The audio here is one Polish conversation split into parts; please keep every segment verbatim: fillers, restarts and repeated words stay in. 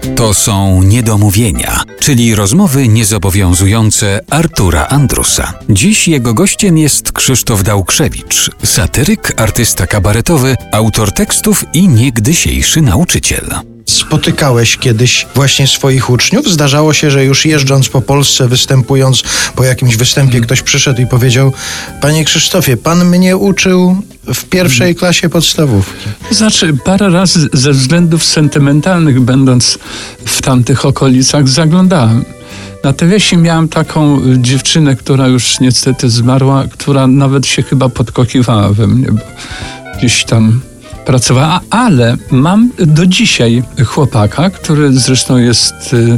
To są niedomówienia, czyli rozmowy niezobowiązujące Artura Andrusa. Dziś jego gościem jest Krzysztof Dałkrzewicz, satyryk, artysta kabaretowy, autor tekstów i niegdysiejszy nauczyciel. Spotykałeś kiedyś właśnie swoich uczniów? Zdarzało się, że już jeżdżąc po Polsce, występując po jakimś występie, ktoś przyszedł i powiedział: Panie Krzysztofie, pan mnie uczył w pierwszej klasie podstawówki. Znaczy, parę razy ze względów sentymentalnych, będąc w tamtych okolicach, zaglądałem. Na T V sie miałem taką dziewczynę, która już niestety zmarła, która nawet się chyba podkochiwała we mnie, bo gdzieś tam pracowała, ale mam do dzisiaj chłopaka, który zresztą jest,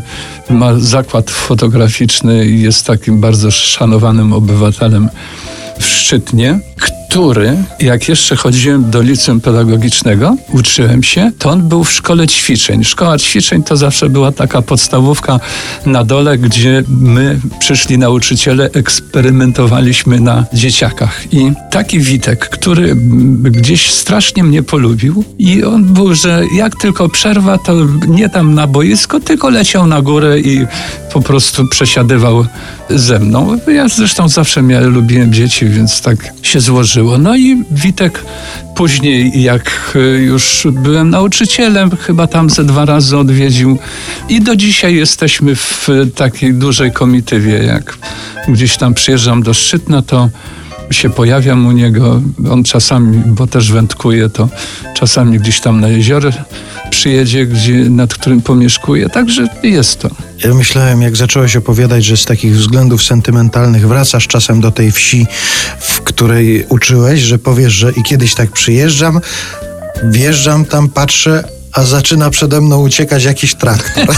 ma zakład fotograficzny i jest takim bardzo szanowanym obywatelem w Szczytnie, który, jak jeszcze chodziłem do liceum pedagogicznego, uczyłem się, to on był w szkole ćwiczeń. Szkoła ćwiczeń to zawsze była taka podstawówka na dole, gdzie my, przyszli nauczyciele, eksperymentowaliśmy na dzieciakach. I taki Witek, który gdzieś strasznie mnie polubił i on był, że jak tylko przerwa, to nie tam na boisko, tylko leciał na górę i po prostu przesiadywał ze mną. Ja zresztą zawsze miałem, lubiłem dzieci, więc tak się złożyło. No i Witek później, jak już byłem nauczycielem, chyba tam ze dwa razy odwiedził i do dzisiaj jesteśmy w takiej dużej komitywie. Jak gdzieś tam przyjeżdżam do Szczytna, to się pojawiam u niego. On czasami, bo też wędkuje, to czasami gdzieś tam na jezioro przyjedzie, gdzie, nad którym pomieszkuje. Także jest to. Ja myślałem, jak zacząłeś opowiadać, że z takich względów sentymentalnych wracasz czasem do tej wsi, w której uczyłeś, że powiesz, że i kiedyś tak przyjeżdżam, wjeżdżam tam, patrzę, a zaczyna przede mną uciekać jakiś traktor.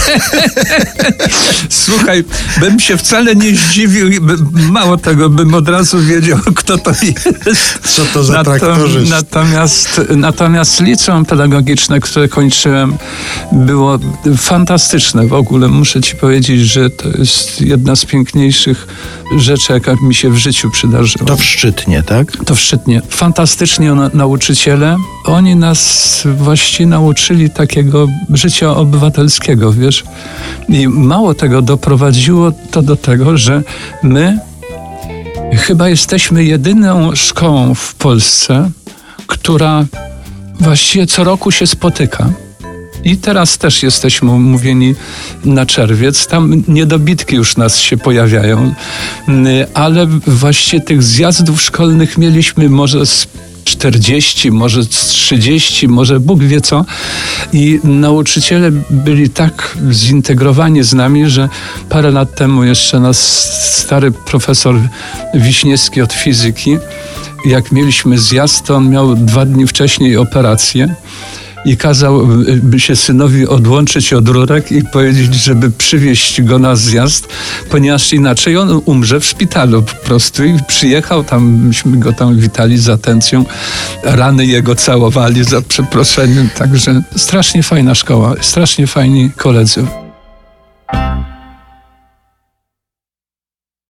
Słuchaj, bym się wcale nie zdziwił i by, mało tego, bym od razu wiedział, kto to jest. Co to za traktorzyst? Natomiast, natomiast liceum pedagogiczne, które kończyłem, było fantastyczne. W ogóle muszę ci powiedzieć, że to jest jedna z piękniejszych rzeczy, jaka mi się w życiu przydarzyła. To w Szczytnie, tak? To w Szczytnie. Fantastycznie na, nauczyciele. Oni nas właściwie nauczyli takiego życia obywatelskiego, wiesz. I mało tego, doprowadziło to do tego, że my chyba jesteśmy jedyną szkołą w Polsce, która właściwie co roku się spotyka. I teraz też jesteśmy umówieni na czerwiec. Tam niedobitki już nas się pojawiają, ale właściwie tych zjazdów szkolnych mieliśmy może z czterdzieści, może z trzydzieści, może Bóg wie co. I nauczyciele byli tak zintegrowani z nami, że parę lat temu jeszcze nas stary profesor Wiśniewski od fizyki, jak mieliśmy zjazd, to on miał dwa dni wcześniej operację i kazał się synowi odłączyć od rurek i powiedzieć, żeby przywieźć go na zjazd, ponieważ inaczej on umrze w szpitalu po prostu. I przyjechał tam, myśmy go tam witali z atencją, rany jego całowali za przeproszeniem, także strasznie fajna szkoła, strasznie fajni koledzy.